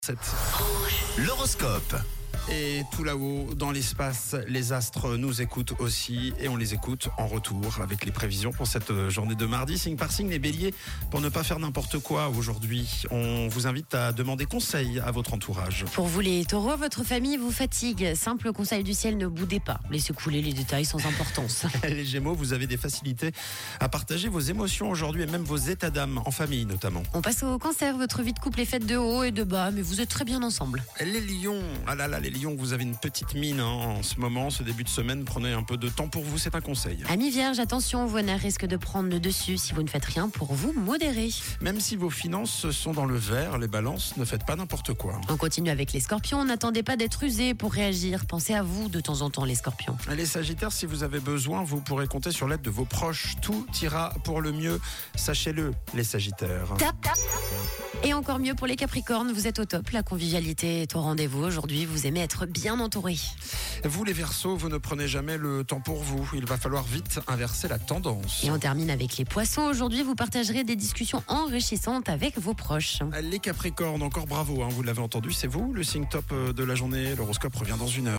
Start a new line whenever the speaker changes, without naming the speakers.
L'horoscope.
Et tout là-haut, dans l'espace, les astres nous écoutent aussi et on les écoute en retour avec les prévisions pour cette journée de mardi. Signe par signe, les béliers, pour ne pas faire n'importe quoi aujourd'hui, on vous invite à demander conseil à votre entourage.
Pour vous les taureaux, votre famille vous fatigue. Simple conseil du ciel, ne boudez pas. Laissez couler les détails sans importance.
Les gémeaux, vous avez des facilités à partager vos émotions aujourd'hui et même vos états d'âme, en famille notamment.
On passe au cancer, votre vie de couple est faite de haut et de bas, mais vous êtes très bien ensemble.
Les lions, ah là là, les lions, vous avez une petite mine en ce moment, ce début de semaine, prenez un peu de temps pour vous, c'est un conseil.
Amis vierges, attention, vos nerfs risquent de prendre le dessus si vous ne faites rien pour vous modérer.
Même si vos finances sont dans le vert, les balances, ne faites pas n'importe quoi.
On continue avec les scorpions, n'attendez pas d'être usés pour réagir, pensez à vous de temps en temps les scorpions.
Les sagittaires, si vous avez besoin, vous pourrez compter sur l'aide de vos proches, tout ira pour le mieux, sachez-le les sagittaires.
Et encore mieux pour les capricornes, vous êtes au top, la convivialité est au rendez-vous, aujourd'hui vous aimez être bien entouré.
Vous les Verseaux, vous ne prenez jamais le temps pour vous, il va falloir vite inverser la tendance.
Et on termine avec les poissons, aujourd'hui vous partagerez des discussions enrichissantes avec vos proches.
Les Capricornes, encore bravo, vous l'avez entendu, c'est vous le signe top de la journée, l'horoscope revient dans 1 heure.